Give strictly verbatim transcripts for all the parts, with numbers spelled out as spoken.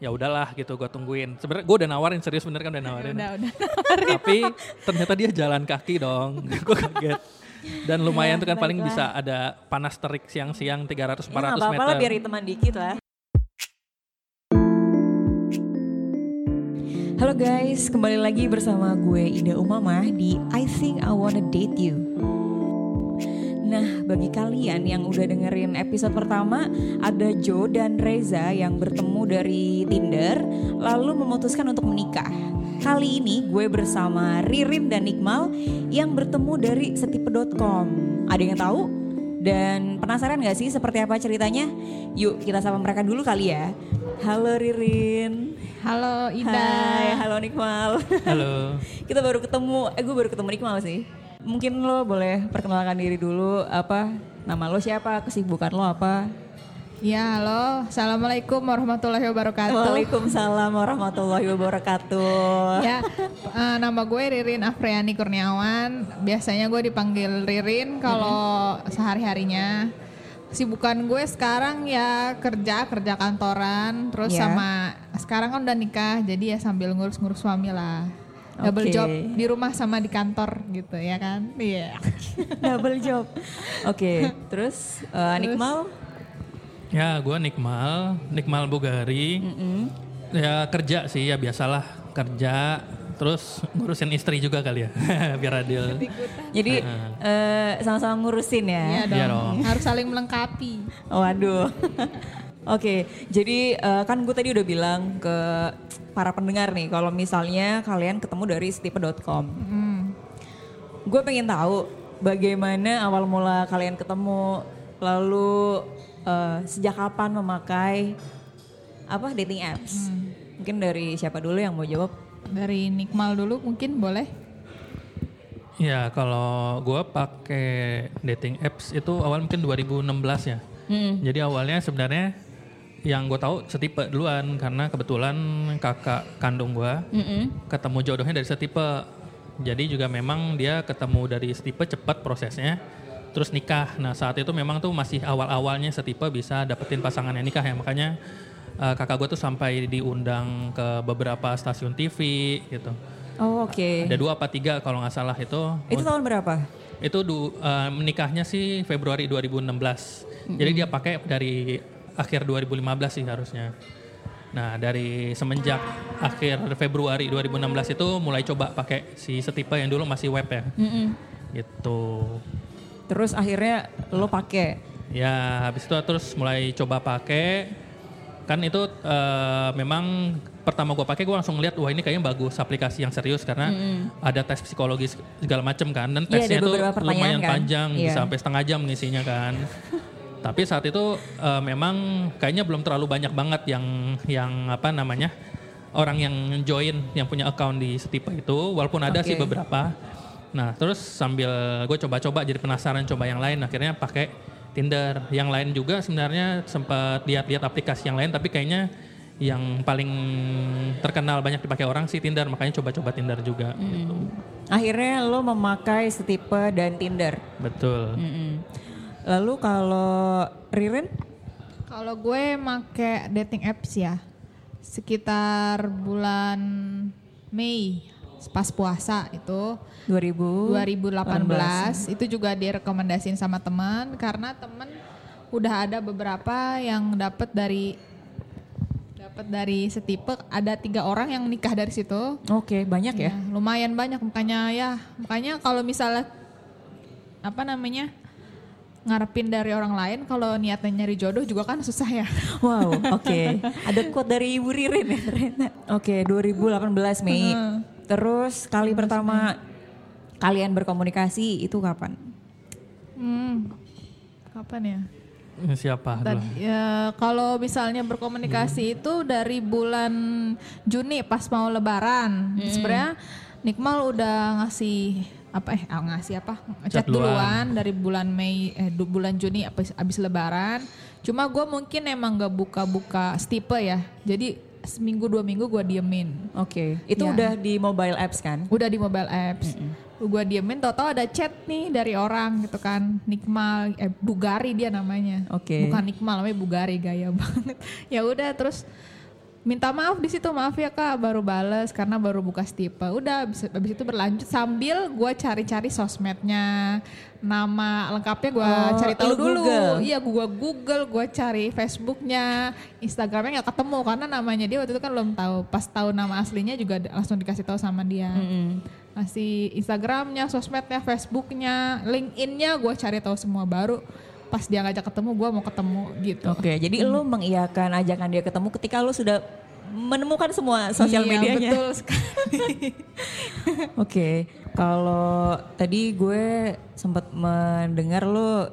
ya udahlah gitu gue tungguin. Sebenarnya gue udah nawarin, serius bener kan udah nawarin. Udah, udah. Tapi ternyata dia jalan kaki dong. Gue kaget. Dan lumayan Ya, tuh kan paling baiklah. bisa ada panas terik siang-siang tiga ratus empat Ya ratus nggak apa-apa meter. lah biar teman dikit lah. Halo guys, kembali lagi bersama gue Ida Umamah di I Think I Wanna Date You. Nah, bagi kalian yang udah dengerin episode pertama, ada Joe dan Reza yang bertemu dari Tinder lalu memutuskan untuk menikah. Kali ini gue bersama Ririn dan Nikmal yang bertemu dari setipe dot com. Ada yang tahu? Dan penasaran gak sih seperti apa ceritanya? Yuk kita sapa mereka dulu kali ya. Halo Ririn. Halo Ida. Hai, halo Nikmal. Halo. Kita baru ketemu, eh gue baru ketemu Nikmal sih. Mungkin lo boleh perkenalkan diri dulu, apa nama lo siapa, kesibukan lo apa? Ya halo, Assalamualaikum warahmatullahi wabarakatuh. Waalaikumsalam warahmatullahi wabarakatuh. Ya, eh, nama gue Ririn Afriani Kurniawan. Biasanya gue dipanggil Ririn kalau sehari-harinya. Kesibukan gue sekarang ya kerja, kerja kantoran. Terus Ya. sama, sekarang kan udah nikah, jadi ya sambil ngurus-ngurus suami lah. Double Oke. job di rumah sama di kantor gitu ya kan. Iya. Double job. Oke, terus uh, Terus? Nikmal? Ya gue Nikmal, Nikmal Bugari. Mm-mm. Ya kerja sih ya biasalah kerja. Terus ngurusin istri juga kali ya, biar adil. Jadi uh, sama-sama ngurusin ya? Iya dong. Iya dong. Harus saling melengkapi. Waduh. Oke, jadi uh, kan gue tadi udah bilang ke para pendengar nih kalau misalnya kalian ketemu dari setipe dot com. Hmm. Gue pengen tahu bagaimana awal mula kalian ketemu, lalu uh, sejak kapan memakai apa dating apps? Hmm. Mungkin dari siapa dulu yang mau jawab? Dari Nikmal dulu mungkin boleh. Ya kalau gue pakai dating apps itu awal mungkin dua ribu enam belas ya. Hmm. Jadi awalnya sebenarnya yang gue tahu setipe duluan karena kebetulan kakak kandung gue Mm-mm. ketemu jodohnya dari setipe. Jadi juga memang dia ketemu dari setipe cepat prosesnya, terus nikah. Nah saat itu memang tuh masih awal-awalnya setipe bisa dapetin pasangan yang nikah ya, makanya uh, kakak gue tuh sampai diundang ke beberapa stasiun T V gitu. Oh oke. Ada dua apa tiga kalau nggak salah itu. Itu tahun berapa? Itu du, uh, menikahnya sih Februari dua ribu enam belas. Mm-hmm. Jadi dia pakai dari akhir dua ribu lima belas sih harusnya. Nah dari semenjak akhir Februari dua ribu enam belas itu mulai coba pakai si setipe yang dulu masih web ya. Mm-mm. Gitu. Terus akhirnya lo pakai. Ya habis itu terus mulai coba pakai. Kan itu uh, memang pertama gue pakai gue langsung ngeliat wah ini kayaknya bagus aplikasi yang serius karena Mm-mm. ada tes psikologis segala macam kan dan Iya, ada tesnya tuh beberapa pertanyaan lumayan kan? panjang Iya. bisa sampai setengah jam ngisinya kan. Tapi saat itu uh, memang kayaknya belum terlalu banyak banget yang yang apa namanya orang yang join yang punya account di setipe itu walaupun ada Oke. sih beberapa. Nah terus sambil gue coba-coba jadi penasaran coba yang lain akhirnya pakai Tinder. Yang lain juga sebenarnya sempat lihat-lihat aplikasi yang lain tapi kayaknya yang paling terkenal banyak dipakai orang sih Tinder, makanya coba-coba Tinder juga. Mm. Gitu. Akhirnya lo memakai setipe dan Tinder. Betul. Mm-mm. Lalu kalau Ririn? Kalau gue make dating apps ya sekitar bulan Mei pas puasa itu dua ribu dua ribu delapan belas itu juga direkomendasiin sama teman karena teman udah ada beberapa yang dapat dari dapat dari setipe ada tiga orang yang nikah dari situ. Oke, banyak ya? Ya, lumayan banyak makanya ya makanya kalau misalnya apa namanya ngarepin dari orang lain kalau niatnya nyari jodoh juga kan susah ya. Wow, oke. Ada quote dari Ibu Ririn ya ternyata. Oke, dua ribu delapan belas Mei. Hmm. Terus kali pertama kalian berkomunikasi itu kapan? Hmm, kapan ya? Siapa? Dan, Aduh. ya kalau misalnya berkomunikasi itu dari bulan Juni pas mau Lebaran. Sebenarnya Nikmal udah ngasih apa eh ah, ngasih apa chat Chat duluan. duluan dari bulan Mei eh du- bulan Juni abis, abis Lebaran. Cuma gue mungkin emang gak buka-buka stipe ya. Jadi seminggu dua minggu gue diemin. Oke. Itu Ya. udah di mobile apps kan? Udah di mobile apps. Gue diemin tau-tau ada chat nih dari orang gitu kan. Nikmal eh Bugari dia namanya. Oke. Bukan Nikmal namanya Bugari gaya banget. Ya udah terus minta maaf di situ, maaf ya kak baru bales karena baru buka stipe. Udah abis, abis itu berlanjut sambil gue cari-cari sosmednya, nama lengkapnya gue Oh, cari tahu lu dulu. Google? Iya gue Google, gue cari Facebooknya, Instagramnya nggak ketemu karena namanya dia waktu itu kan belum tahu. Pas tahu nama aslinya juga d- langsung dikasih tahu sama dia. Mm-mm. Masih Instagramnya, sosmednya, Facebooknya, LinkedIn-nya gue cari tahu semua baru. Pas dia ngajak ketemu, gue mau ketemu gitu. Oke, jadi lu mengiyakan ajakan dia ketemu ketika lu sudah menemukan semua sosial Iya, medianya. betul sekali. Oke, kalau tadi gue sempat mendengar lu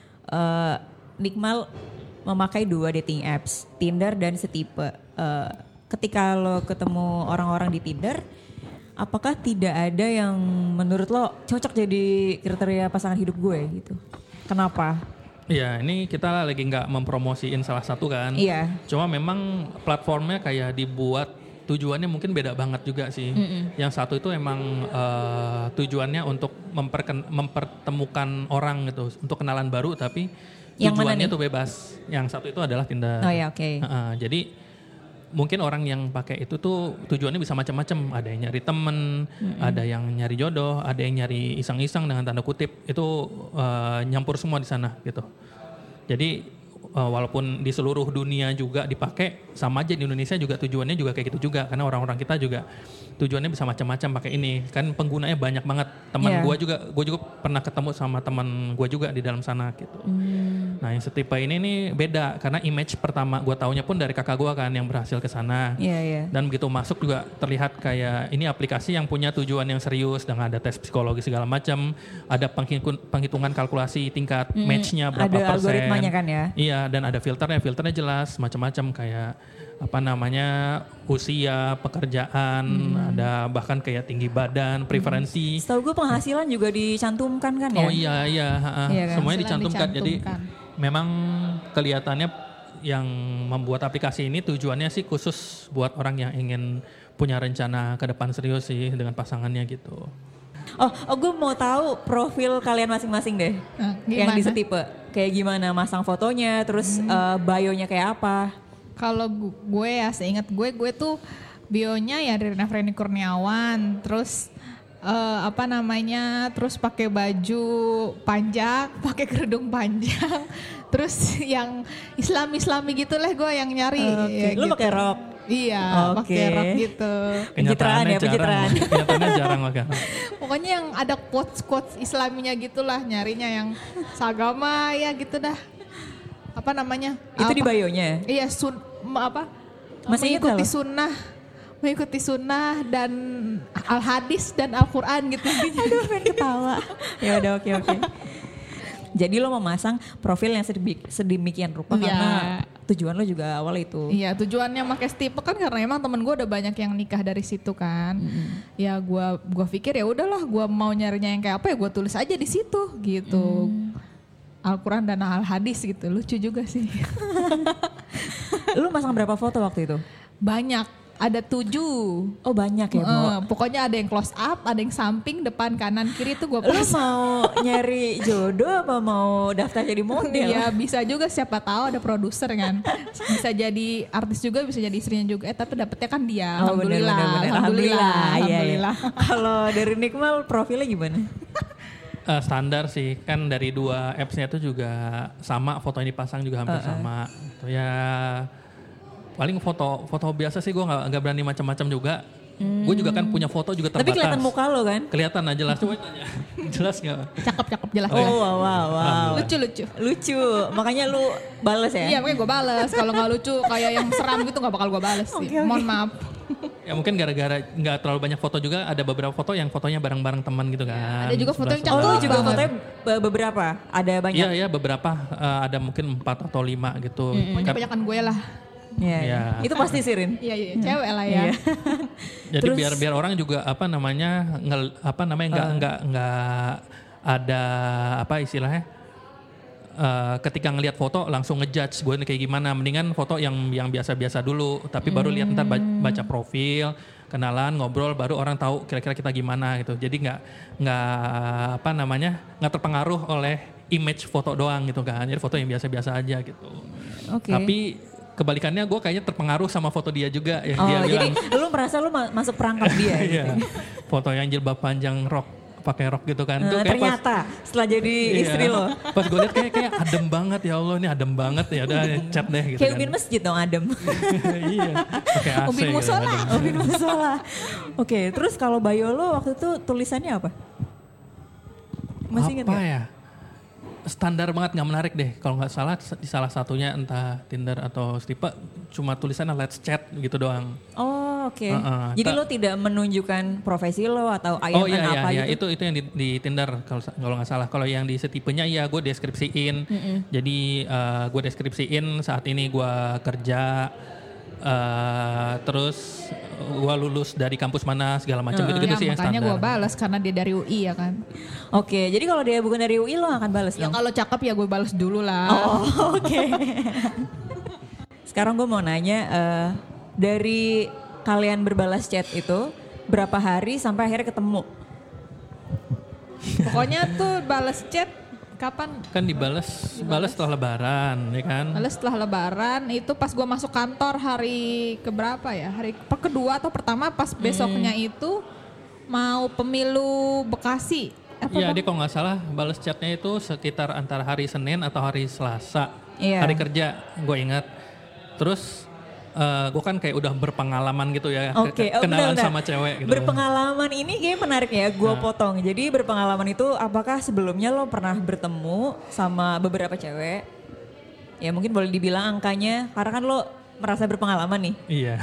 uh, Nikmal memakai dua dating apps, Tinder dan Setipe. Uh, ketika lo ketemu orang-orang di Tinder, apakah tidak ada yang menurut lo cocok jadi kriteria pasangan hidup gue gitu? Kenapa? Iya, ini kita lagi nggak mempromosiin salah satu kan. Iya. Cuma memang platformnya kayak dibuat tujuannya mungkin beda banget juga sih. Mm-mm. Yang satu itu emang eh, tujuannya untuk memperken- mempertemukan orang gitu, untuk kenalan baru, tapi Yang mana tujuannya nih? tuh bebas. Yang satu itu adalah Tinder. Oh ya, oke. Heeh, jadi mungkin orang yang pakai itu tuh tujuannya bisa macam-macam. Ada yang nyari temen, ada yang nyari jodoh, ada yang nyari iseng-iseng dengan tanda kutip. Itu eh, nyampur semua di sana gitu. Jadi eh, walaupun di seluruh dunia juga dipakai, sama aja di Indonesia juga tujuannya juga kayak gitu juga. Karena orang-orang kita juga tujuannya bisa macam-macam pakai ini. Kan penggunanya banyak banget. Teman Iya. gua juga, gue juga pernah ketemu sama teman gue juga di dalam sana gitu. Nah yang Setipe ini nih beda karena image pertama gue taunya pun dari kakak gue kan yang berhasil ke sana. Iya, iya. Dan begitu masuk juga terlihat kayak ini aplikasi yang punya tujuan yang serius dengan ada tes psikologi segala macam, ada penghitung- penghitungan kalkulasi tingkat Mm, matchnya berapa ada persen. algoritmanya kan ya? Iya dan ada filternya, filternya jelas macam-macam kayak apa namanya usia, pekerjaan, ada bahkan kayak tinggi badan, preferensi. Setahu gue penghasilan juga dicantumkan kan ya? Oh iya iya, ha-ha. Iya kan? Semuanya Selain dicantumkan. Jadi dicantumkan. memang kelihatannya yang membuat aplikasi ini tujuannya sih khusus buat orang yang ingin punya rencana ke depan serius sih dengan pasangannya gitu. Oh, oh gue mau tahu profil kalian masing-masing deh. Nah, Yang di gimana? Setipe. Kayak gimana masang fotonya, terus eh, bio-nya kayak apa? Kalau gu- gue ya seingat gue, gue tuh bionya ya Rina Freni Kurniawan, terus eh, apa namanya, terus pakai baju panjang, pakai kerudung panjang, terus yang Islam-Islami gitu lah gue yang nyari. Oke, ya lu gitu. pakai rok? Iya, Oke. pakai rok gitu. Pencitraan ya, jarang, pencitraan. kenyataannya jarang kan. Pokoknya yang ada quotes-quotes Islaminya gitulah nyarinya yang seagama ya gitu dah. Apa namanya? Itu apa? di bio-nya? Iya, sun, ma- apa? Masih ingat mengikuti nggak lo? sunnah, mengikuti sunnah dan al hadis dan Al Quran gitu. Aduh, pengen ketawa. Ya udah, oke oke. Jadi lo memasang profil yang sedemi- sedemikian rupa Iya. karena tujuan lo juga awal itu. Iya, tujuannya pakai Stipe kan karena emang temen gue udah banyak yang nikah dari situ kan. Ya gue gua pikir ya udahlah, gue mau nyarinya yang kayak apa ya gue tulis aja di situ gitu. Al-Quran dan Al-Hadis gitu, lucu juga sih. Lu masang berapa foto waktu itu? Banyak, ada tujuh. Oh banyak ya, Bo. Eh, pokoknya ada yang close up, ada yang samping, depan, kanan, kiri tuh gue Lu pas. mau nyari jodoh apa mau daftar jadi model? Ya bisa juga, siapa tahu ada produser kan. Bisa jadi artis juga, bisa jadi istrinya juga. Eh tapi dapetnya kan dia. Oh, bener, Alhamdulillah. bener, bener. Alhamdulillah. Iya, iya. Alhamdulillah. Kalau dari Nikmal profilnya gimana? Eh, standar sih kan dari dua apps-nya itu juga sama, foto yang dipasang juga hampir Uh-uh. sama. Itu ya paling foto foto biasa sih, gue nggak nggak berani macam-macam juga. Gue juga kan punya foto juga terbatas. Tapi kelihatan muka lo kan? Kelihatan aja jelas. Coba tanya. Jelas nggak? Cakep-cakep jelas. Oh wow wow wow. Lucu-lucu. Lucu. Makanya lu bales ya? Iya makanya gue bales. Kalau nggak lucu kayak yang seram gitu nggak bakal gue bales sih. Oke, oke. Mohon maaf. Ya mungkin gara-gara nggak terlalu banyak foto juga, ada beberapa foto yang fotonya bareng-bareng teman gitu kan. Ada juga foto yang Oh Sebelah-sebelah. lu cakep juga banget. fotonya be- beberapa? Ada banyak? Iya iya beberapa, eh, ada mungkin empat atau lima gitu. Pokoknya Kan- kebanyakan gue lah. Iya. Iya. Itu pasti Sirin? Iya iya cewek lah ya. Iya. Jadi Terus- biar biar orang juga apa namanya ngel, apa namanya nggak Uh. nggak nggak ada apa istilahnya, eh, ketika ngelihat foto langsung ngejudge gue ini kayak gimana. Mendingan foto yang yang biasa-biasa dulu, tapi baru lihat ntar ba- baca profil, kenalan, ngobrol, baru orang tahu kira-kira kita gimana gitu. Jadi nggak nggak apa namanya nggak terpengaruh oleh image foto doang gitu kan. Jadi foto yang biasa-biasa aja gitu. Oke. Tapi kebalikannya gue kayaknya terpengaruh sama foto dia juga yang Oh, dia jadi bilang. lu merasa lu ma- masuk perangkap dia gitu. Iya, foto yang jilbab panjang rok, pakai rok gitu kan. Eh, Tuh kayak ternyata pas, setelah jadi istri iya, lo. Pas gue liat kayak kayak adem banget, ya Allah ini adem banget, ya udah chat deh gitu Kayak kan. ubin masjid dong adem. Iya, pakai A C Ubin gitu, musola. adem. Ubin musola. Oke, terus kalau bio lo waktu itu tulisannya apa? Masih ingat Apa nggak? ya? Standar banget, nggak menarik deh. Kalau nggak salah di salah satunya entah Tinder atau Stipe cuma tulisannya let's chat gitu doang. Oh oke. Uh-uh. Jadi Ta- lo tidak menunjukkan profesi lo atau I M N Oh iya apa iya, iya. gitu? itu itu yang di, di Tinder kalau sa- kalau nggak salah. Kalau yang di Setipenya ya gue deskripsiin. Jadi uh, gue deskripsiin saat ini gue kerja, uh, terus gue lulus dari kampus mana segala macam gitu-gitu Ya, sih yang makanya standar. gue balas karena dia dari U I ya kan. Oke, jadi kalau dia bukan dari U I lo akan balas Ya dong? kalau cakep ya gue balas dulu lah. Oh oke. Sekarang gue mau nanya, eh, dari kalian berbalas chat itu berapa hari sampai akhirnya ketemu? Pokoknya tuh balas chat kapan? Kan dibalas balas setelah lebaran ya kan. Balas setelah lebaran itu pas gue masuk kantor hari keberapa ya? Hari per kedua atau pertama pas besoknya itu mau pemilu Bekasi. Apa Iya Bang? dia kalau nggak salah balas chatnya itu sekitar antara hari Senin atau hari Selasa. Iya. Hari kerja gue ingat. Terus gue kan kayak udah berpengalaman gitu ya. Oke, ke- oh, kenalan bentar, bentar. sama cewek gitu. Berpengalaman ini kayak menarik ya, gue Nah. potong. Jadi berpengalaman itu apakah sebelumnya lo pernah bertemu sama beberapa cewek? Ya mungkin boleh dibilang angkanya, karena kan lo merasa berpengalaman nih. Iya.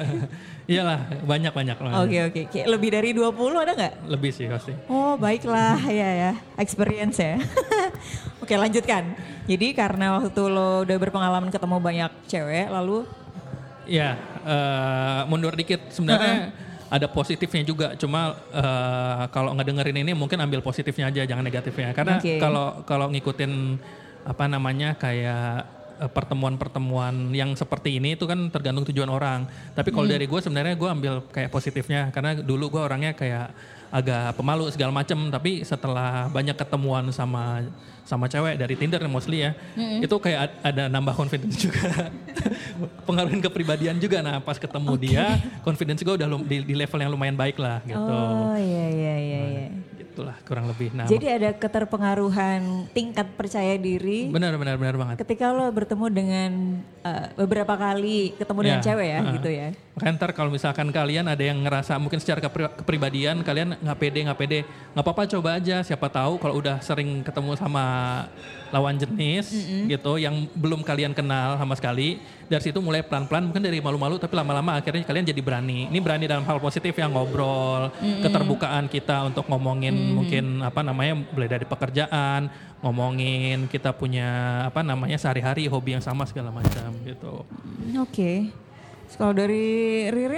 Iyalah banyak-banyak lah. Oke oke, kayak lebih dari dua puluh ada nggak? Lebih sih pasti. Oh baiklah ya ya, experience ya. Oke lanjutkan. Jadi karena waktu itu lo udah berpengalaman ketemu banyak cewek, lalu Ya, eh, mundur dikit sebenarnya ada positifnya juga. Cuma eh, kalau ngedengerin ini mungkin ambil positifnya aja, jangan negatifnya. Karena Oke. kalau kalau ngikutin apa namanya kayak eh, pertemuan-pertemuan yang seperti ini itu kan tergantung tujuan orang. Tapi kalau dari gue sebenarnya gue ambil kayak positifnya karena dulu gue orangnya kayak agak pemalu segala macem. Tapi setelah banyak ketemuan sama sama cewek dari Tinder mostly ya, itu kayak ad- ada nambah confidence juga. Pengaruhin kepribadian juga. Nah pas ketemu dia, confidence gue udah lum- di, di level yang lumayan baik lah gitu. oh iya iya iya. iya. Itulah kurang lebih. Nah, Jadi ada keterpengaruhan tingkat percaya diri benar benar benar banget. ketika lo bertemu dengan uh, beberapa kali ketemu dengan Ya, cewek ya uh-uh. gitu ya. Makanya ntar kalau misalkan kalian ada yang ngerasa mungkin secara kepri- kepribadian kalian nggak pede nggak pede, nggak apa-apa coba aja. Siapa tahu kalau udah sering ketemu sama lawan jenis gitu yang belum kalian kenal sama sekali, dari situ mulai pelan-pelan mungkin dari malu-malu tapi lama-lama akhirnya kalian jadi berani. Ini berani dalam hal positif yang ngobrol, keterbukaan kita untuk ngomongin mungkin apa namanya mulai dari pekerjaan, ngomongin kita punya apa namanya sehari-hari hobi yang sama segala macam gitu. Oke. Terus kalau dari Ririn,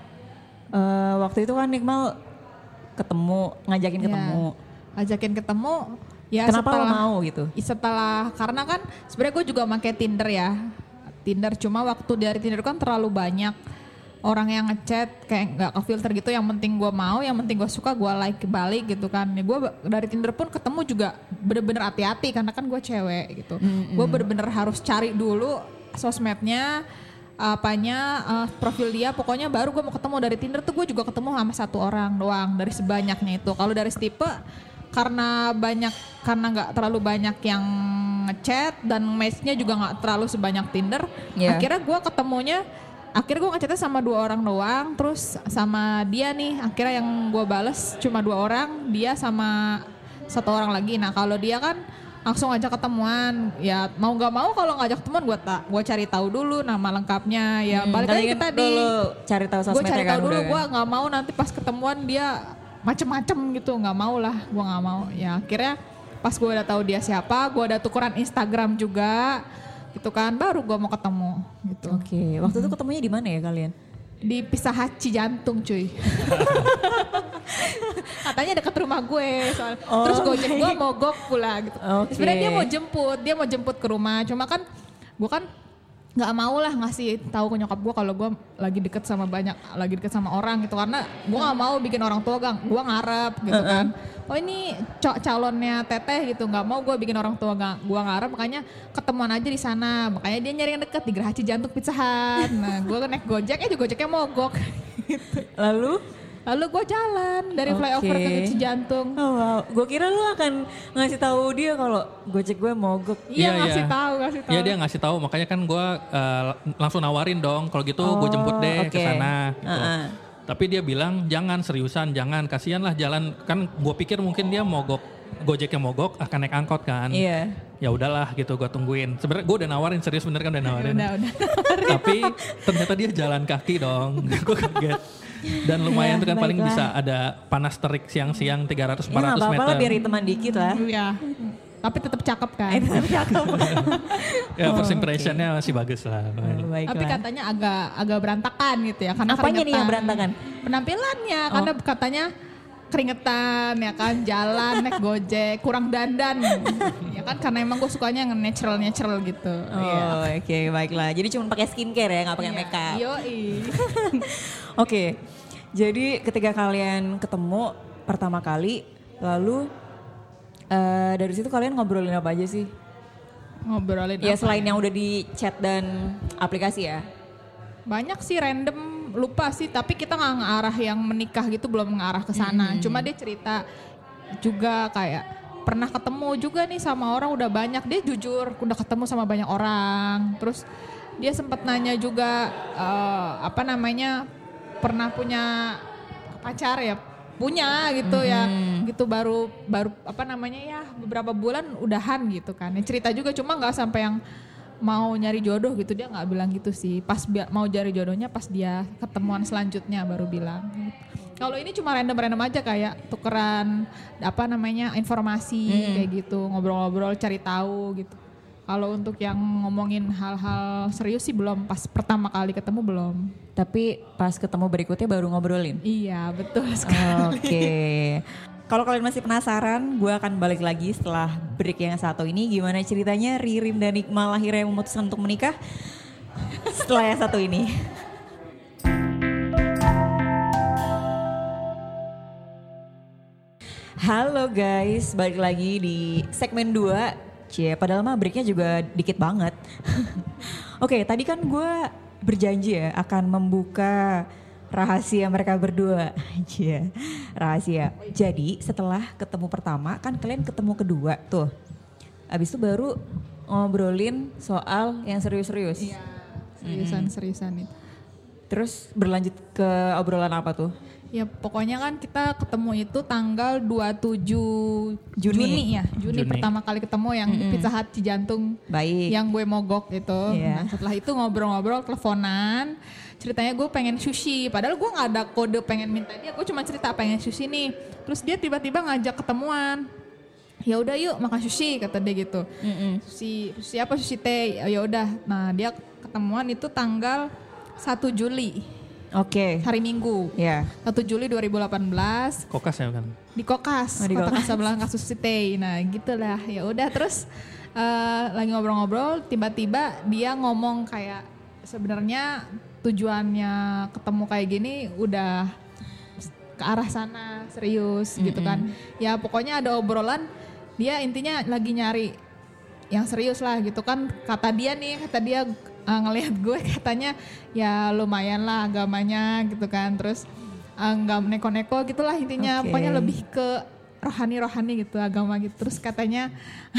eh, waktu itu kan Nikmal ketemu, ngajakin Ya, ketemu. ajakin ketemu. Ya Kenapa lo setelah, mau gitu? Setelah karena kan sebenarnya gue juga pakai Tinder ya. Tinder cuma waktu dari Tinder kan terlalu banyak orang yang ngechat kayak nggak ke filter gitu. Yang penting gue mau, yang penting gue suka, gue like balik gitu kan. Ya, gue dari Tinder pun ketemu juga bener-bener hati-hati karena kan gue cewek gitu. Gue bener-bener harus cari dulu sosmednya, apanya, uh, profil dia. Pokoknya baru gue mau ketemu. Dari Tinder tuh gue juga ketemu sama satu orang doang dari sebanyaknya itu. Kalau dari Stipe karena banyak karena nggak terlalu banyak yang ngechat dan match-nya juga nggak terlalu sebanyak Tinder. Iya. Akhirnya gue ketemunya, akhirnya gue ngechatnya sama dua orang doang. Terus sama dia nih, akhirnya yang gue bales cuma dua orang, dia sama satu orang lagi. Nah kalau dia kan langsung ngajak ketemuan, ya mau nggak mau kalau ngajak ketemuan gue tak gue cari tahu dulu nama lengkapnya. Ya Hmm, balik tadi lagi kan ke tadi, dulu cari tahu gue sosmednya cari kan tahu dulu. udah kan? Gue nggak mau nanti pas ketemuan dia macem-macem gitu, nggak mau lah, gue nggak mau. Ya akhirnya pas gue udah tahu dia siapa, gue udah tukeran Instagram juga, gitu kan, baru gue mau ketemu gitu. Oke, waktu itu ketemunya di mana ya kalian? Di Pizza Hut Cijantung cuy. Katanya dekat rumah gue soal. Oh, Terus gojek gue baik. mogok pula gitu. Oke. Sebenarnya dia mau jemput, dia mau jemput ke rumah. Cuma kan gue kan nggak mau lah ngasih tahu ke nyokap gue kalau gue lagi deket sama banyak lagi deket sama orang gitu, karena gue nggak mau bikin orang tua gang gue ngarep gitu kan. Oh ini cok calonnya teteh gitu, nggak mau gue bikin orang tua gak, gue ngarep, makanya ketemuan aja di sana. Makanya dia nyari yang deket di Geraha Cijantung Pizza Hut. Nah gue naik gojek, eh gojeknya mogok. Gitu. Lalu? Lalu gue jalan dari Oke. flyover ke Cijantung. Oh wow, gue kira lu akan ngasih tahu dia kalau Gojek gue mogok. Iya ngasih tahu, ngasih tahu. Iya dia ngasih tahu, makanya kan gue uh, langsung nawarin dong, kalau gitu gue jemput deh oke. ke sana. Gitu. Uh-uh. Tapi dia bilang jangan, seriusan jangan, kasihan lah jalan, kan gue pikir mungkin dia mogok, Gojeknya mogok akan naik angkot kan. Iya. Ya udahlah gitu gue tungguin. Sebenarnya gue udah nawarin, serius bener kan udah nawarin. Udah, udah. Tapi ternyata dia jalan kaki dong. Gue kaget. Dan lumayan Ya, tuh kan paling baiklah. bisa ada panas terik siang-siang tiga ratus Ya empat nggak ratus apa-apa meter. lah biar teman dikit lah. Iya. Tapi tetap cakep kan. Ya first impressionnya masih bagus lah. Oh, baiklah. Tapi katanya agak agak berantakan gitu ya, karena Apanya nih yang keringetan. berantakan? Penampilannya, Oh. karena katanya keringetan ya kan, jalan naik gojek, kurang dandan. Ya kan karena emang gue sukanya yang natural natural gitu. Iya. Oh oke baiklah. Jadi cuma pakai skincare ya, nggak pakai Iya. makeup. Yoi. Oke. Jadi ketika kalian ketemu pertama kali, lalu eh, dari situ kalian ngobrolin apa aja sih? Ngobrolin Ya apa? selain yang udah di chat dan aplikasi ya. Banyak sih random, lupa sih, tapi kita nggak ngarah yang menikah gitu, belum ngarah ke sana. Hmm. Cuma dia cerita juga kayak pernah ketemu juga nih sama orang udah banyak, dia jujur udah ketemu sama banyak orang. Terus dia sempat nanya juga eh, apa namanya, pernah punya pacar ya, punya gitu ya, gitu baru baru apa namanya ya beberapa bulan udahan gitu kan. Ya, cerita juga cuma nggak sampai yang mau nyari jodoh gitu, dia nggak bilang gitu sih. Pas bi- mau cari jodohnya pas dia ketemuan selanjutnya baru bilang. Kalau ini cuma random-random aja kayak tukeran apa namanya informasi kayak gitu, ngobrol-ngobrol cari tahu gitu. Kalau untuk yang ngomongin hal-hal serius sih belum, pas pertama kali ketemu belum. Tapi pas ketemu berikutnya baru ngobrolin. Iya betul sekali. Oke. Kalau kalian masih penasaran, gue akan balik lagi setelah break yang satu ini. Gimana ceritanya Ririn dan Iqmal akhirnya memutuskan untuk menikah setelah yang satu ini. Halo guys, balik lagi di segmen dua. Cie, padahal mah breaknya juga dikit banget. Oke, tadi kan gue berjanji ya akan membuka rahasia mereka berdua. Cie, rahasia. Jadi setelah ketemu pertama kan kalian ketemu kedua tuh. Abis itu baru ngobrolin soal yang serius-serius. Iya, seriusan-seriusan itu. Terus berlanjut ke obrolan apa tuh? Ya pokoknya kan kita ketemu itu tanggal dua puluh tujuh Juni. Juni ya. Juni, Juni. pertama kali ketemu yang di Pizza Hut Cijantung. Baik. Yang gue mogok gitu. Iya. Nah, setelah itu ngobrol-ngobrol, teleponan. Ceritanya gue pengen sushi. Padahal gue gak ada kode pengen minta dia. Gue cuma cerita pengen sushi nih. Terus dia tiba-tiba ngajak ketemuan. Ya udah yuk makan sushi kata dia gitu. Mm-mm. Sushi, sushi apa sushi teh. Ya udah. Nah dia ketemuan itu tanggal satu Juli. Oke. Hari Minggu. Ya. satu Juli dua ribu delapan belas Kokas ya kan. di Kokas, Oh, di Kota Kokas. Kasablanka Sushi Tei. Nah, gitulah. Ya udah terus eh, lagi ngobrol-ngobrol, tiba-tiba dia ngomong kayak sebenarnya tujuannya ketemu kayak gini udah ke arah sana, serius gitu kan. Ya pokoknya ada obrolan, dia intinya lagi nyari yang serius lah gitu kan. Kata dia nih, kata dia uh, ngelihat gue katanya ya lumayan lah agamanya gitu kan. Terus uh, nggak neko-neko gitulah intinya. Oke. Pokoknya lebih ke rohani-rohani gitu agama gitu. Terus katanya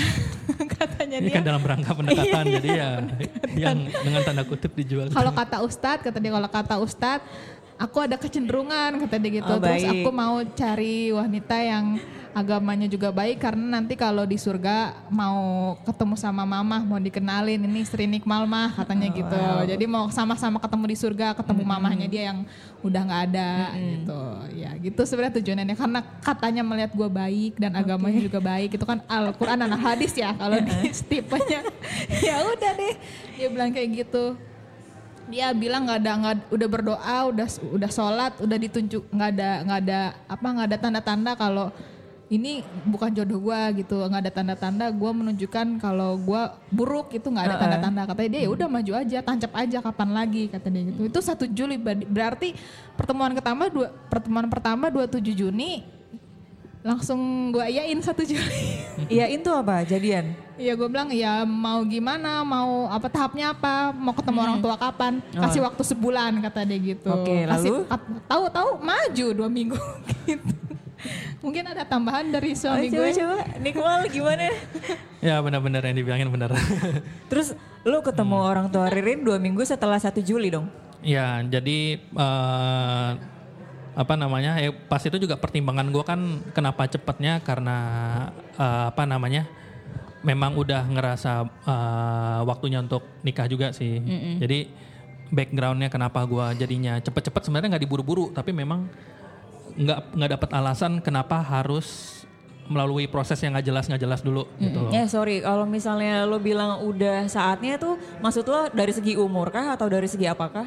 katanya Ini dia kan dalam rangka pendekatan jadi ya yang dengan tanda kutip dijual. kalau kata Ustadz, kata dia kalau kata Ustadz, aku ada kecenderungan kata dia gitu. Oh, Terus baik. aku mau cari wanita yang agamanya juga baik karena nanti kalau di surga mau ketemu sama mamah, mau dikenalin ini Sri Nikmal mah katanya gitu. Jadi mau sama-sama ketemu di surga, ketemu mamahnya dia yang udah nggak ada gitu. Ya gitu sebenarnya tujuannya karena katanya melihat gue baik dan agamanya juga baik. Itu kan Al-Qur'an dan hadis ya kalau di stipenya. Ya udah deh, dia bilang kayak gitu. Dia bilang nggak ada nggak udah berdoa, udah udah sholat, udah ditunjuk, nggak ada nggak ada apa nggak ada tanda-tanda kalau ini bukan jodoh gue gitu, nggak ada tanda-tanda gue menunjukkan kalau gue buruk itu, nggak ada Uh-uh. tanda-tanda. Katanya dia ya udah maju aja, tancap aja kapan lagi kata dia gitu. Itu satu Juli berarti pertemuan pertama dua pertemuan pertama dua puluh tujuh Juni langsung gue iyain satu Juli. Iyain tuh apa? Jadian? Iya gue bilang ya mau gimana, mau apa tahapnya apa, mau ketemu Hmm. orang tua kapan, kasih waktu sebulan kata dia gitu. Oke, Kasih- lalu? tahu-tahu maju dua minggu gitu. Mungkin ada tambahan dari suami Oh, gue. coba-coba, Nikmal gimana? Ya benar-benar yang dibilangin benar. Terus lu ketemu orang tua Ririn dua minggu setelah satu Juli dong? Ya, jadi eh, apa namanya? Ya, pas itu juga pertimbangan gue kan kenapa cepatnya karena eh, apa namanya? Memang udah ngerasa eh, waktunya untuk nikah juga sih. Jadi backgroundnya kenapa gue jadinya cepet-cepet sebenarnya nggak diburu-buru, tapi memang nggak nggak dapat alasan kenapa harus melalui proses yang nggak jelas nggak jelas dulu gitu loh. Ya sorry, kalau misalnya lo bilang udah saatnya tuh, maksud lo dari segi umur kah atau dari segi apakah?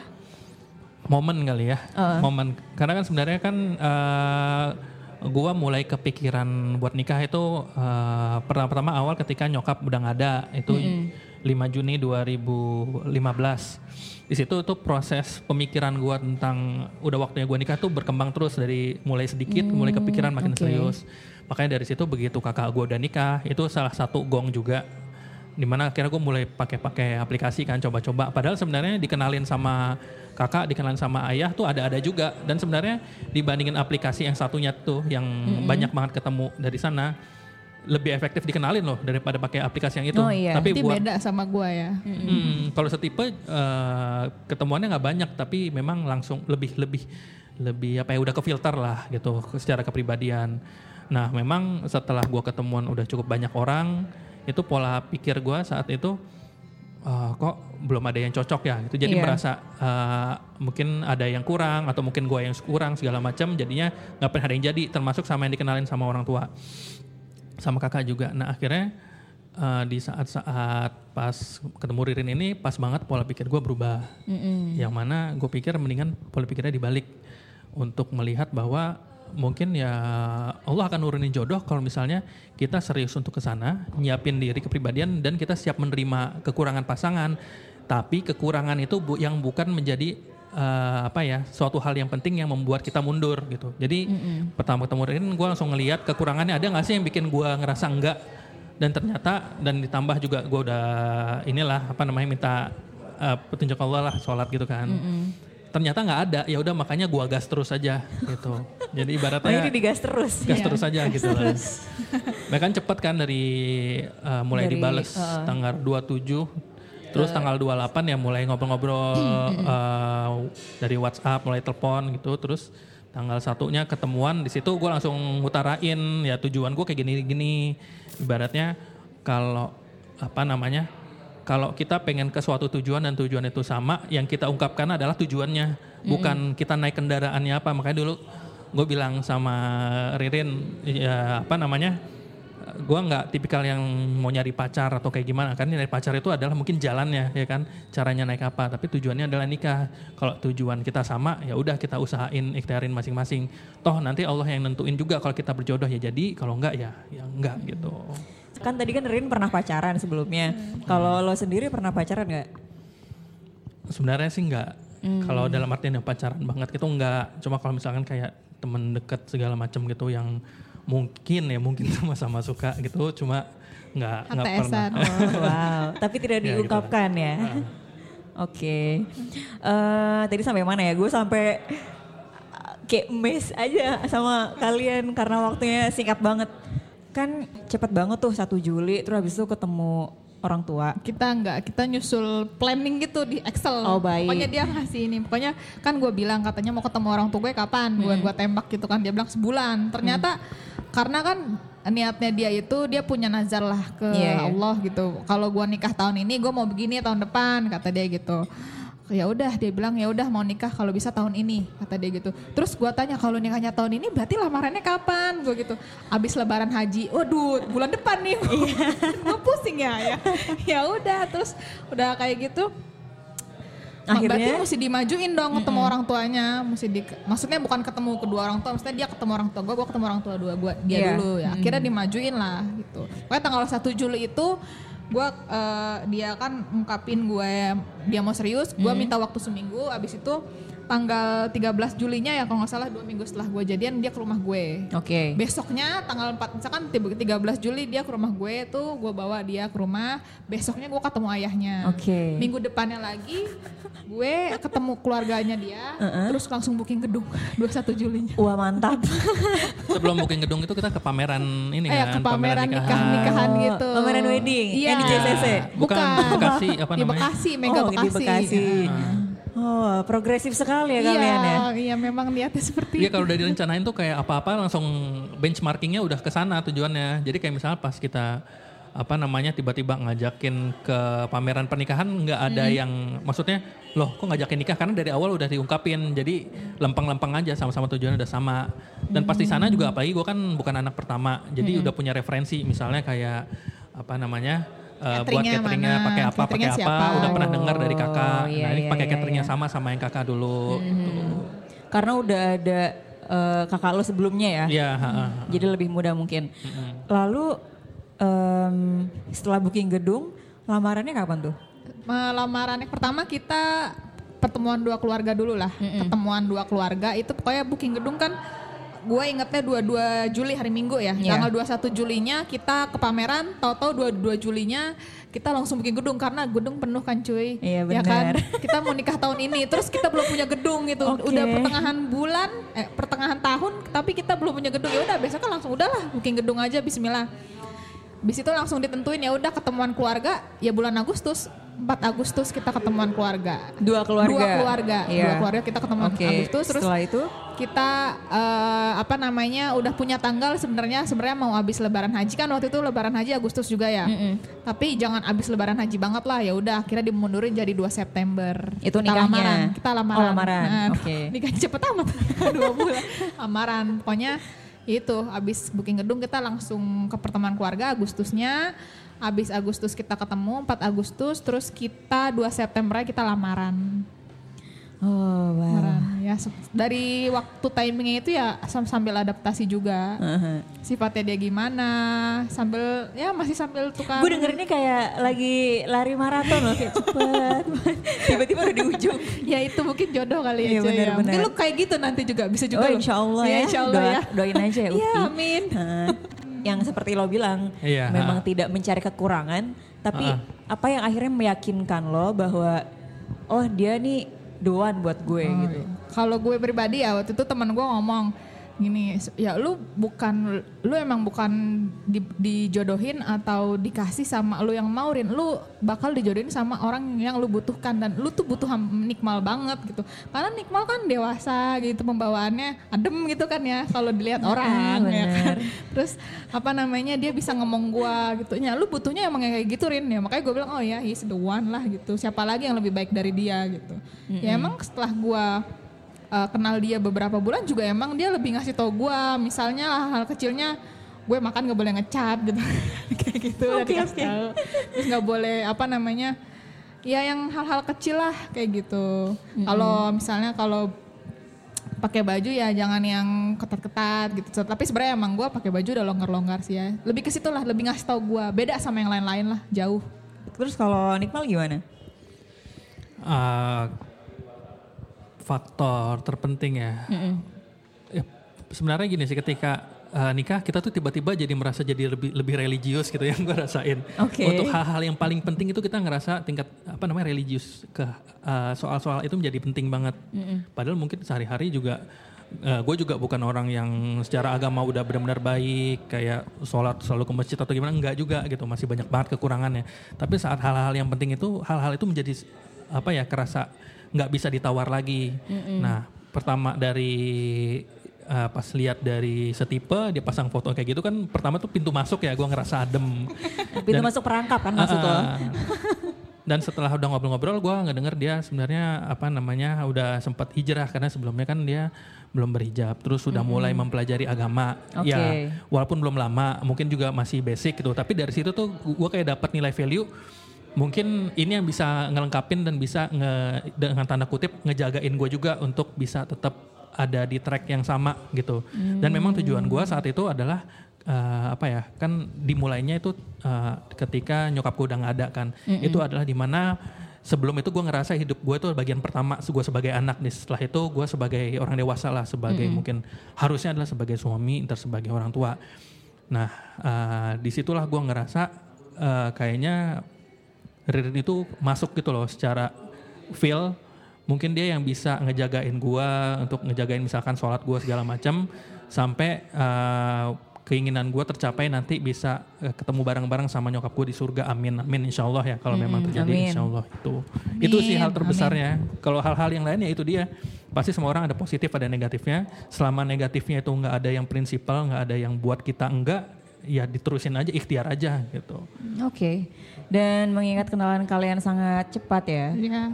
Momen kali ya, Uh. momen. Karena kan sebenarnya kan uh, gue mulai kepikiran buat nikah itu uh, pertama-tama awal ketika nyokap udah nggak ada, itu lima Juni dua ribu lima belas. Di situ tuh proses pemikiran gue tentang udah waktunya gue nikah tuh berkembang terus dari mulai sedikit, mulai kepikiran makin oke. serius. Makanya dari situ begitu kakak gue udah nikah, itu salah satu gong juga. Dimana akhirnya gue mulai pakai-pakai aplikasi kan, coba-coba. Padahal sebenarnya dikenalin sama kakak, dikenalin sama ayah tuh ada-ada juga. Dan sebenarnya dibandingin aplikasi yang satunya tuh yang banyak banget ketemu dari sana, lebih efektif dikenalin loh daripada pakai aplikasi yang itu. Oh iya. Tapi Berarti buat beda sama gue ya. Hmm, kalau setipe eh, ketemuannya nggak banyak, tapi memang langsung lebih lebih lebih apa ya udah kefilter lah gitu secara kepribadian. Nah memang setelah gua ketemuan udah cukup banyak orang, itu pola pikir gua saat itu eh, kok belum ada yang cocok ya. Itu jadi Iya. merasa eh, mungkin ada yang kurang atau mungkin gua yang kurang segala macam. Jadinya nggak pernah ada yang jadi, termasuk sama yang dikenalin sama orang tua, sama kakak juga. Nah akhirnya uh, di saat-saat pas ketemu Ririn ini pas banget pola pikir gue berubah. Yang mana gue pikir mendingan pola pikirnya dibalik untuk melihat bahwa mungkin ya Allah akan nurunin jodoh kalau misalnya kita serius untuk kesana, nyiapin diri kepribadian dan kita siap menerima kekurangan pasangan. Tapi kekurangan itu bu- yang bukan menjadi uh, apa ya suatu hal yang penting yang membuat kita mundur gitu. Jadi pertama ketemu Ririn gue langsung ngelihat kekurangannya ada nggak sih yang bikin gue ngerasa enggak, dan ternyata dan ditambah juga gue udah inilah apa namanya minta uh, petunjuk Allah lah, sholat gitu kan. Ternyata nggak ada, ya udah makanya gue gas terus aja gitu. Jadi Oh ibaratnya ini digas terus. gas Iya. terus aja gitu lah. Bahkan cepet kan dari uh, mulai Dari, dibales uh, tanggal dua puluh tujuh. Terus tanggal dua puluh delapan ya mulai ngobrol-ngobrol uh, dari WhatsApp, mulai telepon gitu. Terus tanggal satunya ketemuan, di situ gue langsung ngutarain ya tujuan gue kayak gini-gini. Ibaratnya kalau apa namanya, kalau kita pengen ke suatu tujuan dan tujuan itu sama, yang kita ungkapkan adalah tujuannya, bukan kita naik kendaraannya apa. Makanya dulu gue bilang sama Ririn, ya apa namanya, gue nggak tipikal yang mau nyari pacar atau kayak gimana kan. Nyari pacar itu adalah mungkin jalannya ya kan, caranya naik apa, tapi tujuannya adalah nikah. Kalau tujuan kita sama ya udah kita usahain, ikhtiarin masing-masing. Toh nanti Allah yang nentuin juga, kalau kita berjodoh ya jadi, kalau enggak ya ya enggak gitu. Kan tadi kan Ririn pernah pacaran sebelumnya. Kalau lo sendiri pernah pacaran nggak? Sebenarnya sih enggak. Kalau dalam artian yang pacaran banget itu enggak. Cuma kalau misalkan kayak temen deket segala macam gitu yang mungkin ya mungkin sama-sama suka gitu, cuma enggak enggak pernah. H T S-an. Oh, wow, tapi tidak Ya, gitu. diungkapkan ya. Oke. Eh, tadi sampai mana ya? Gue sampai uh, kayak mes aja sama kalian karena waktunya singkat banget. Kan cepet banget tuh satu Juli, terus habis itu ketemu orang tua. Kita enggak, kita nyusul planning gitu di Excel. Oh, baik. Pokoknya dia ngasih ini, pokoknya kan gue bilang katanya mau ketemu orang tua gue kapan, gue gue tembak gitu kan, dia bilang sebulan. Ternyata karena kan niatnya dia itu dia punya nazar lah ke Iya, iya. Allah gitu. Kalau gue nikah tahun ini, gue mau begini tahun depan, kata dia gitu. Ya udah, dia bilang ya udah mau nikah kalau bisa tahun ini, kata dia gitu. Terus gue tanya kalau nikahnya tahun ini berarti lamarannya kapan? Gue gitu. Abis Lebaran Haji, waduh bulan depan nih. Gue pusing ya, ya. Ya udah, terus udah kayak gitu. Akhirnya? Berarti mesti dimajuin dong ketemu orang tuanya, mesti di, maksudnya bukan ketemu kedua orang tua, maksudnya dia ketemu orang tua gue, gue ketemu orang tua dua gue dia Iya. dulu ya. Akhirnya dimajuin lah gitu. Pokoknya tanggal satu Juli itu gue uh, dia kan ngungkapin gue dia mau serius, gue minta waktu seminggu, abis itu tanggal tiga belas Julinya ya kalau nggak salah dua minggu setelah gue jadian dia ke rumah gue. Oke. Besoknya tanggal empat misalkan tiga belas Juli dia ke rumah gue tuh gue bawa dia ke rumah. Besoknya gue ketemu ayahnya. Oke. Minggu depannya lagi gue ketemu keluarganya dia. Uh-uh. Terus langsung booking gedung dua puluh satu Julinya. Wah mantap. Sebelum booking gedung itu kita ke pameran ini Eh, kan, ke pameran nikahan. nikah-nikahan gitu. Pameran wedding, Iya. yang di J C C? Bukan, di Bekasi, apa Di namanya? Bekasi, Mega Oh, Bekasi. di Bekasi. Oh, progresif sekali ya kalian ya. Iya, iya memang niatnya seperti Iya kalau udah direncanain tuh kayak apa-apa langsung benchmarkingnya udah ke sana tujuannya. Jadi kayak misalnya pas kita apa namanya tiba-tiba ngajakin ke pameran pernikahan nggak ada Hmm. yang maksudnya loh kok ngajakin nikah karena dari awal udah diungkapin jadi lempeng-lempeng aja sama-sama tujuannya udah sama dan pas di sana juga apalagi gue kan bukan anak pertama jadi Hmm. udah punya referensi misalnya kayak apa namanya Uh, buat Cateringnya cateringnya mana, pakai apa pakai cateringnya apa siapa. udah pernah Oh, dengar dari kakak iya, nah ini iya, pakai iya, cateringnya iya. sama sama yang kakak dulu gitu. Karena udah ada eh, kakak lo sebelumnya ya. Iya, ha, ha. Jadi lebih mudah mungkin. Lalu em, setelah booking gedung, lamarannya kapan tuh? lamarannya pertama kita pertemuan dua keluarga dulu lah. Ketemuan dua keluarga itu pokoknya booking gedung kan gue ingetnya dua puluh dua Juli hari Minggu ya. Iya. Tanggal dua puluh satu Julinya kita ke pameran, tahu-tahu dua puluh dua Julinya kita langsung booking gedung karena gedung penuh kan cuy. Iya, Ya kan? benar. Kita mau nikah tahun ini terus kita belum punya gedung gitu. Oke. Udah pertengahan bulan, eh pertengahan tahun tapi kita belum punya gedung. Ya udah besok kan langsung udahlah booking gedung aja bismillah. Bis itu langsung ditentuin ya udah ketemuan keluarga ya bulan Agustus. empat Agustus kita ketemuan keluarga. Dua keluarga. Dua keluarga. Iya. Dua keluarga kita ketemuan Oke, Agustus terus setelah itu kita eh, apa namanya udah punya tanggal sebenarnya sebenarnya mau habis lebaran haji kan waktu itu lebaran haji Agustus juga ya. Mm-mm. Tapi jangan habis lebaran haji banget lah ya udah akhirnya dimundurin jadi dua September. Itu kita nikahnya? lamaran. Kita lamaran. Oh, lamaran. Nah, Oke. Nikahnya cepet amat. dua bulan lamaran. Pokoknya itu habis booking gedung kita langsung ke pertemuan keluarga Agustusnya. Habis Agustus kita ketemu empat Agustus terus kita dua September kita lamaran. oh wow. Lamaran. Ya se- dari waktu timingnya itu ya sam- sambil adaptasi juga. Uh-huh. Sifatnya dia gimana, sambil ya masih sambil tukar. Gue dengerinnya kayak lagi lari maraton loh kayak cepet. Tiba-tiba udah di ujung. Ya itu mungkin jodoh kali ya, Iya, Coy, benar, ya. benar. Mungkin lu kayak gitu nanti juga bisa juga. Oh lu. insya Allah Iya, ya. insya Allah Doa- ya. Doain aja ya Iya, Ufi. amin. Heeh. Yang seperti lo bilang, Iya, memang ha. tidak mencari kekurangan, tapi Ha. apa yang akhirnya meyakinkan lo bahwa oh dia nih the one buat gue Oh, gitu. iya. Kalau gue pribadi ya waktu itu teman gue ngomong gini, ya lu bukan lu emang bukan di, dijodohin atau dikasih sama lu yang mau Rin, lu bakal dijodohin sama orang yang lu butuhkan dan lu tuh butuh ham- Nikmal banget gitu. Karena Nikmal kan dewasa gitu pembawaannya adem gitu kan ya kalau dilihat orang ya kan. bener. Terus apa namanya dia bisa ngomong gua gitu. Ya lu butuhnya emang yang kayak gitu Rin ya. Makanya gue bilang oh ya he's the one lah gitu. Siapa lagi yang lebih baik dari dia gitu. Ya emang setelah gua uh, kenal dia beberapa bulan juga emang dia lebih ngasih tau gue misalnya hal kecilnya gue makan gak boleh ngecap gitu kayak gitu udah Oke, dikasih oke. tahu. Terus gak boleh apa namanya ya yang hal-hal kecil lah kayak gitu. Kalau misalnya kalau pakai baju ya jangan yang ketat-ketat gitu. Tapi sebenarnya emang gue pakai baju udah longgar-longgar sih ya. Lebih ke situ lah, lebih ngasih tau gue beda sama yang lain-lain lah, jauh. Terus kalau Nikmal gimana? Uh, faktor terpenting ya. Ya, sebenarnya gini sih ketika uh, nikah kita tuh tiba-tiba jadi merasa jadi lebih lebih religius gitu yang gue rasain. Oke. Untuk hal-hal yang paling penting itu kita ngerasa tingkat apa namanya religius ke uh, soal-soal itu menjadi penting banget. Padahal mungkin sehari-hari juga uh, gue juga bukan orang yang secara agama udah benar-benar baik kayak sholat selalu ke masjid atau gimana, enggak juga gitu, masih banyak banget kekurangannya. Tapi saat hal-hal yang penting itu hal-hal itu menjadi apa ya kerasa nggak bisa ditawar lagi. Nah pertama dari uh, pas lihat dari setipe dia pasang foto kayak gitu kan pertama tuh pintu masuk ya gue ngerasa adem. Pintu Dan- masuk perangkap kan maksud lo? Ah, dan setelah udah ngobrol-ngobrol gue ngedenger dia sebenarnya apa namanya udah sempat hijrah karena sebelumnya kan dia belum berhijab terus sudah mulai mempelajari agama. Oke. Ya walaupun belum lama mungkin juga masih basic gitu tapi dari situ tuh gue kayak dapat nilai value mungkin ini yang bisa ngelengkapin dan bisa nge, dengan tanda kutip ngejagain gue juga untuk bisa tetap ada di track yang sama gitu. Hmm. Dan memang tujuan gue saat itu adalah uh, apa ya, kan dimulainya itu uh, ketika nyokapku udah nggak ada kan. Mm-mm. Itu adalah dimana sebelum itu gue ngerasa hidup gue itu bagian pertama gue sebagai anak nih. Setelah itu gue sebagai orang dewasa lah, sebagai mm-hmm. mungkin harusnya adalah sebagai suami, ntar sebagai orang tua. Nah uh, disitulah gue ngerasa uh, kayaknya Ririn itu masuk gitu loh secara feel. Mungkin dia yang bisa ngejagain gue untuk ngejagain misalkan sholat gue segala macam sampai uh, keinginan gue tercapai nanti bisa uh, ketemu bareng-bareng sama nyokap gue di surga. Amin, amin insya Allah ya kalau hmm, memang terjadi amin. Insya Allah itu. Amin, itu sih hal terbesarnya. Kalau hal-hal yang lainnya itu dia pasti semua orang ada positif ada negatifnya. Selama negatifnya itu nggak ada yang prinsipal, nggak ada yang buat kita enggak, ya diterusin aja, ikhtiar aja gitu. Oke. Okay. Dan mengingat kenalan kalian sangat cepat ya. Iya.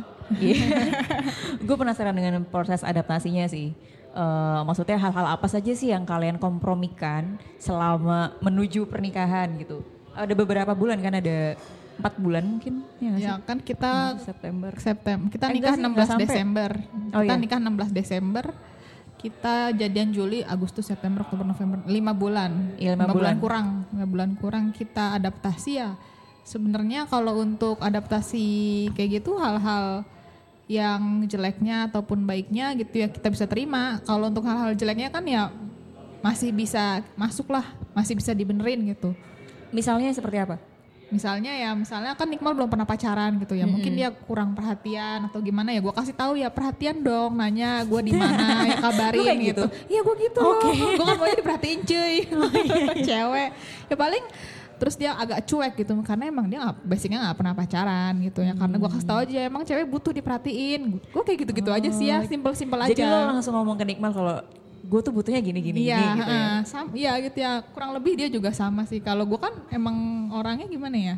Gue penasaran dengan proses adaptasinya sih. Uh, maksudnya hal-hal apa saja sih yang kalian kompromikan selama menuju pernikahan gitu? Ada beberapa bulan kan, ada empat bulan mungkin ya, ya kan kita September. September. Kita eh, nikah sih, enam belas Desember. Oh, kita iya. nikah enam belas Desember. Kita jadian Juli, Agustus, September, Oktober, November, lima bulan. Ya, lima, lima bulan. bulan kurang, lima bulan kurang kita adaptasi ya. Sebenarnya kalau untuk adaptasi kayak gitu hal-hal yang jeleknya ataupun baiknya gitu ya kita bisa terima. Kalau untuk hal-hal jeleknya kan ya masih bisa masuk lah, masih bisa dibenerin gitu. Misalnya seperti apa? Misalnya ya, misalnya kan Nikmal belum pernah pacaran gitu ya, mm-hmm. mungkin dia kurang perhatian atau gimana ya, gue kasih tahu ya perhatian dong, nanya gue di mana, ya kabarin gitu. Iya gue gitu, okay. Gue kan maunya diperhatiin cuy, cewek. Ya paling terus dia agak cuek gitu, karena emang dia gak, basicnya nggak pernah pacaran gitu ya, karena gue kasih tahu aja emang cewek butuh diperhatiin. Gue kayak gitu-gitu oh. aja sih ya, simpel-simpel aja. Jadi lo langsung ngomong ke Nikmal kalau gue tuh butuhnya gini-gini iya, gini, gitu ya. Uh, sama, iya gitu ya, kurang lebih dia juga sama sih. Kalau gue kan emang orangnya gimana ya,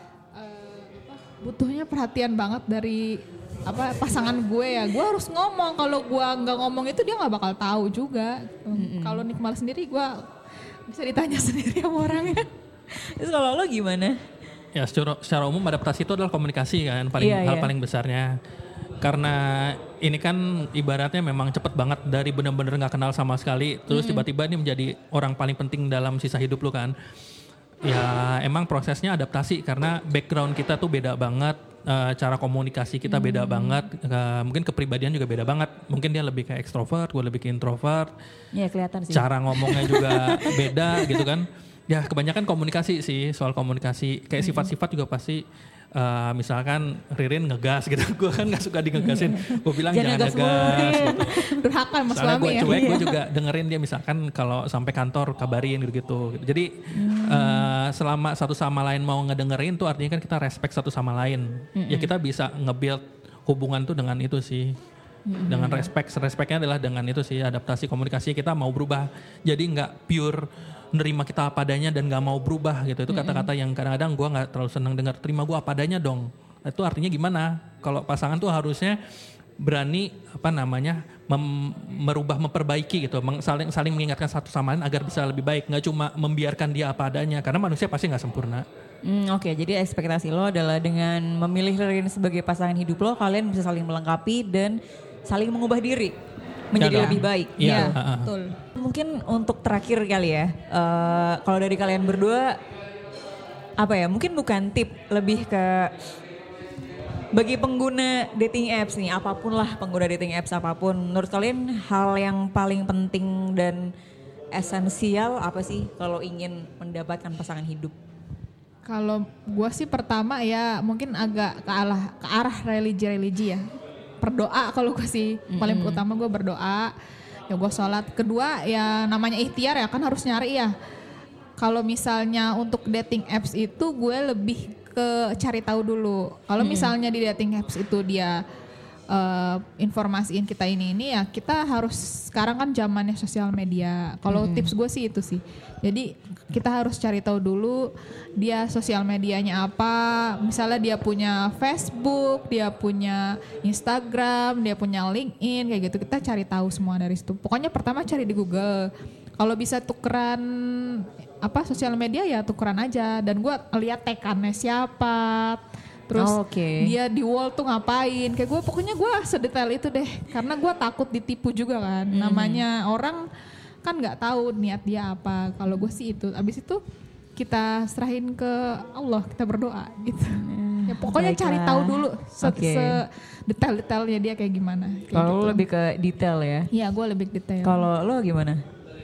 uh, butuhnya perhatian banget dari apa pasangan gue ya. Gue harus ngomong, kalau gue nggak ngomong itu dia nggak bakal tahu juga. Mm-hmm. Kalau Nikmal sendiri gue bisa ditanya sendiri sama orangnya. Terus kalau lo gimana? Ya secara, secara umum adaptasi itu adalah komunikasi kan, paling iya, hal iya. paling besarnya. Karena ini kan ibaratnya memang cepet banget dari benar-benar nggak kenal sama sekali, terus mm-hmm. tiba-tiba ini menjadi orang paling penting dalam sisa hidup lu kan. Ya emang prosesnya adaptasi karena background kita tuh beda banget, uh, cara komunikasi kita beda mm-hmm. banget, uh, mungkin kepribadian juga beda banget. Mungkin dia lebih ke extrovert, gue lebih ke introvert. Iya kelihatan sih. Cara ngomongnya juga beda gitu kan. Ya kebanyakan komunikasi sih, soal komunikasi. Kayak mm-hmm. sifat-sifat juga pasti, uh, misalkan Ririn ngegas gitu. Gue kan gak suka digegasin. Gue bilang jangan, jangan ngegas gitu. Durhaka mas suami ya. Gue cuek, iya. gue juga dengerin dia misalkan kalau sampai kantor kabarin gitu-gitu. Jadi mm. uh, selama satu sama lain mau ngedengerin tuh artinya kan kita respect satu sama lain. Mm-hmm. Ya kita bisa nge-build hubungan tuh dengan itu sih. Mm-hmm. Dengan respect, respectnya adalah dengan itu sih, adaptasi komunikasi kita mau berubah. Jadi gak pure nerima kita apa adanya dan gak mau berubah gitu. Itu mm-hmm. kata-kata yang kadang-kadang gue gak terlalu senang dengar. Terima gue apa adanya dong. Itu artinya gimana? Kalau pasangan tuh harusnya berani apa namanya mem- merubah, memperbaiki gitu, Meng- saling saling mengingatkan satu sama lain agar bisa lebih baik. Gak cuma membiarkan dia apa adanya, karena manusia pasti gak sempurna. Hmm, Oke, okay. Jadi ekspektasi lo adalah dengan memilih Ririn sebagai pasangan hidup lo, kalian bisa saling melengkapi dan saling mengubah diri menjadi ya, lebih baik. Iya, ya, uh, uh. betul. Mungkin untuk terakhir kali ya, uh, kalau dari kalian berdua, apa ya? Mungkin bukan tip, lebih ke bagi pengguna dating apps nih, apapun lah pengguna dating apps apapun, menurut kalian hal yang paling penting dan esensial apa sih kalau ingin mendapatkan pasangan hidup? Kalau gue sih pertama ya mungkin agak ke arah ke arah religi-religi ya. Berdoa kalau gue sih mm-hmm. paling utama gue berdoa, ya gue sholat. Kedua ya namanya ikhtiar ya kan harus nyari ya. Kalau misalnya untuk dating apps itu gue lebih ke cari tahu dulu. Kalau mm-hmm. misalnya di dating apps itu dia uh, informasiin kita ini ini ya kita harus, sekarang kan zamannya sosial media. Kalau mm-hmm. tips gue sih itu sih. Jadi kita harus cari tahu dulu dia sosial medianya apa. Misalnya dia punya Facebook, dia punya Instagram, dia punya LinkedIn kayak gitu. Kita cari tahu semua dari situ. Pokoknya pertama cari di Google. Kalau bisa tukeran apa sosial media ya tukeran aja. Dan gue lihat tekannya siapa, Terus Oh, oke. dia di wall tuh ngapain. Kayak gue pokoknya gue sedetail itu deh. Karena gue takut ditipu juga kan. Hmm. Namanya orang kan gak tahu niat dia apa. Kalau gue sih itu. Abis itu kita serahin ke Allah, kita berdoa gitu. Ya, pokoknya baiklah. cari tahu dulu se, Oke. se- detail-detailnya dia kayak gimana. Kayak Kalau gitu. lu lebih ke detail ya. Iya, gue lebih detail. Kalau lo gimana?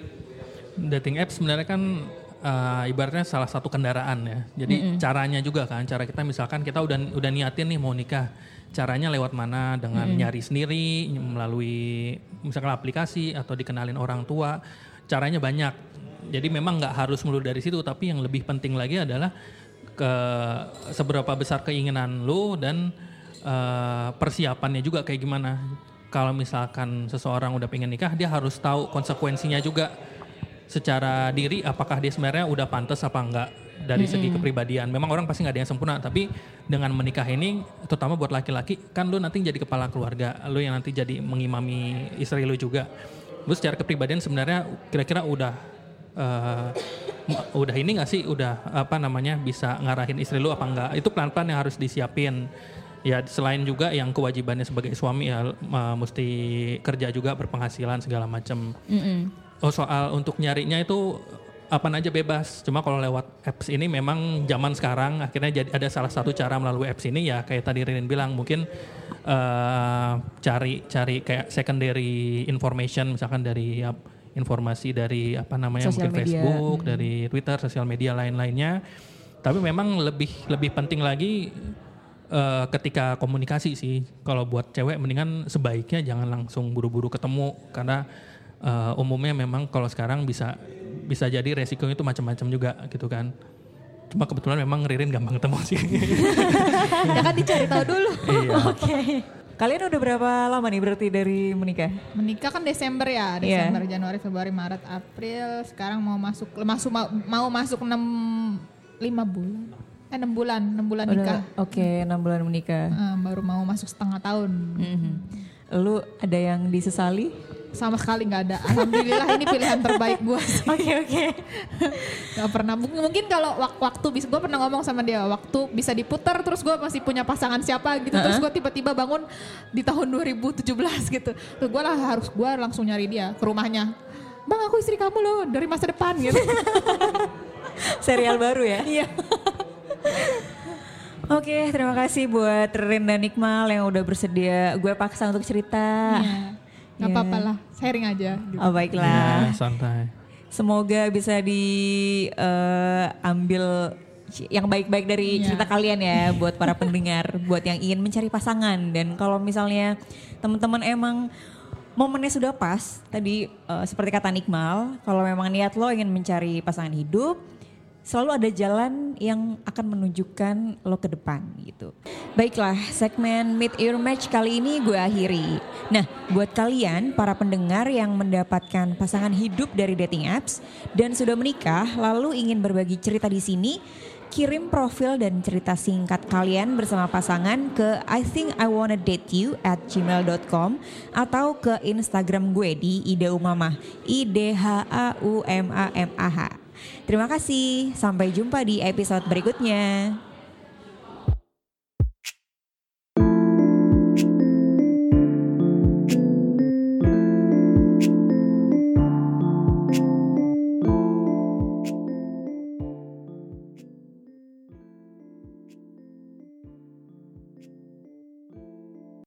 Dating apps sebenarnya kan uh, ibaratnya salah satu kendaraan ya. Jadi caranya juga kan, cara kita misalkan kita udah udah niatin nih mau nikah. Caranya lewat mana? Dengan nyari sendiri, melalui misalkan aplikasi atau dikenalin orang tua. Caranya banyak. Jadi memang nggak harus melulu dari situ, tapi yang lebih penting lagi adalah ke seberapa besar keinginan lu dan uh, persiapannya juga kayak gimana. Kalau misalkan seseorang udah pengen nikah, dia harus tahu konsekuensinya juga secara diri, apakah dia sebenarnya udah pantas apa enggak dari segi kepribadian. Memang orang pasti nggak ada yang sempurna, tapi dengan menikah ini, terutama buat laki-laki, kan lu nanti jadi kepala keluarga, lu yang nanti jadi mengimami istri lu juga. Lu secara kepribadian sebenarnya kira-kira udah uh, udah ini nggak sih, udah apa namanya bisa ngarahin istri lu apa enggak? Itu pelan-pelan yang harus disiapin. Ya selain juga yang kewajibannya sebagai suami ya uh, mesti kerja juga, berpenghasilan segala macam. Oh soal untuk nyarinya itu apa aja bebas. Cuma kalau lewat apps ini memang zaman sekarang akhirnya jadi ada salah satu cara melalui apps ini ya kayak tadi Ririn bilang mungkin uh, cari cari kayak secondary information misalkan dari uh, informasi dari apa namanya Sosial mungkin media. Facebook, dari Twitter, sosial media lain-lainnya. Tapi memang lebih lebih penting lagi uh, ketika komunikasi sih. Kalau buat cewek mendingan sebaiknya jangan langsung buru-buru ketemu karena Uh, umumnya memang kalau sekarang bisa bisa jadi resikonya itu macam-macam juga gitu kan. Cuma kebetulan memang Ririn gampang ketemu sih. Ya kan dicari tahu dulu. Iya. Oke. Kalian udah berapa lama nih berarti dari menikah? Menikah kan Desember ya, Iya. Desember, Januari, Februari, Maret, April. Sekarang mau masuk masuk mau, mau masuk enam lima bulan. Eh enam bulan, enam bulan nikah. Udah, Oke, enam bulan menikah. Eh, baru mau masuk setengah tahun. Mhm. Lu ada yang disesali? Sama sekali nggak ada. Alhamdulillah ini pilihan terbaik gue. Oke oke. Gak pernah. Mungkin, mungkin kalau wak- waktu bisa, gue pernah ngomong sama dia, waktu bisa diputar terus gue masih punya pasangan siapa gitu. Terus gue tiba-tiba bangun di tahun dua ribu tujuh belas gitu. Terus gue lah harus gue langsung nyari dia ke rumahnya. Bang aku istri kamu loh dari masa depan gitu. Serial baru ya? Iya. Oke, terima kasih buat Rin dan Iqmal yang udah bersedia gue paksa untuk cerita. Iya. Gak Iya. apa-apa lah, sharing aja. Gitu. Oh baiklah. Ya, santai. Semoga bisa diambil yang baik-baik dari Iya. cerita kalian ya buat para pendengar, buat yang ingin mencari pasangan. Dan kalau misalnya teman-teman emang momennya sudah pas, tadi eh, seperti kata Iqmal, kalau memang niat lo ingin mencari pasangan hidup, selalu ada jalan yang akan menunjukkan lo ke depan gitu. Baiklah, segmen Meet Your Match kali ini gue akhiri. Nah, buat kalian para pendengar yang mendapatkan pasangan hidup dari dating apps dan sudah menikah lalu ingin berbagi cerita di sini, kirim profil dan cerita singkat kalian bersama pasangan ke I think I wanna date you at gmail dot com atau ke Instagram gue di Ida Umamah, I D H A U M A M A H. Terima kasih, sampai jumpa di episode berikutnya.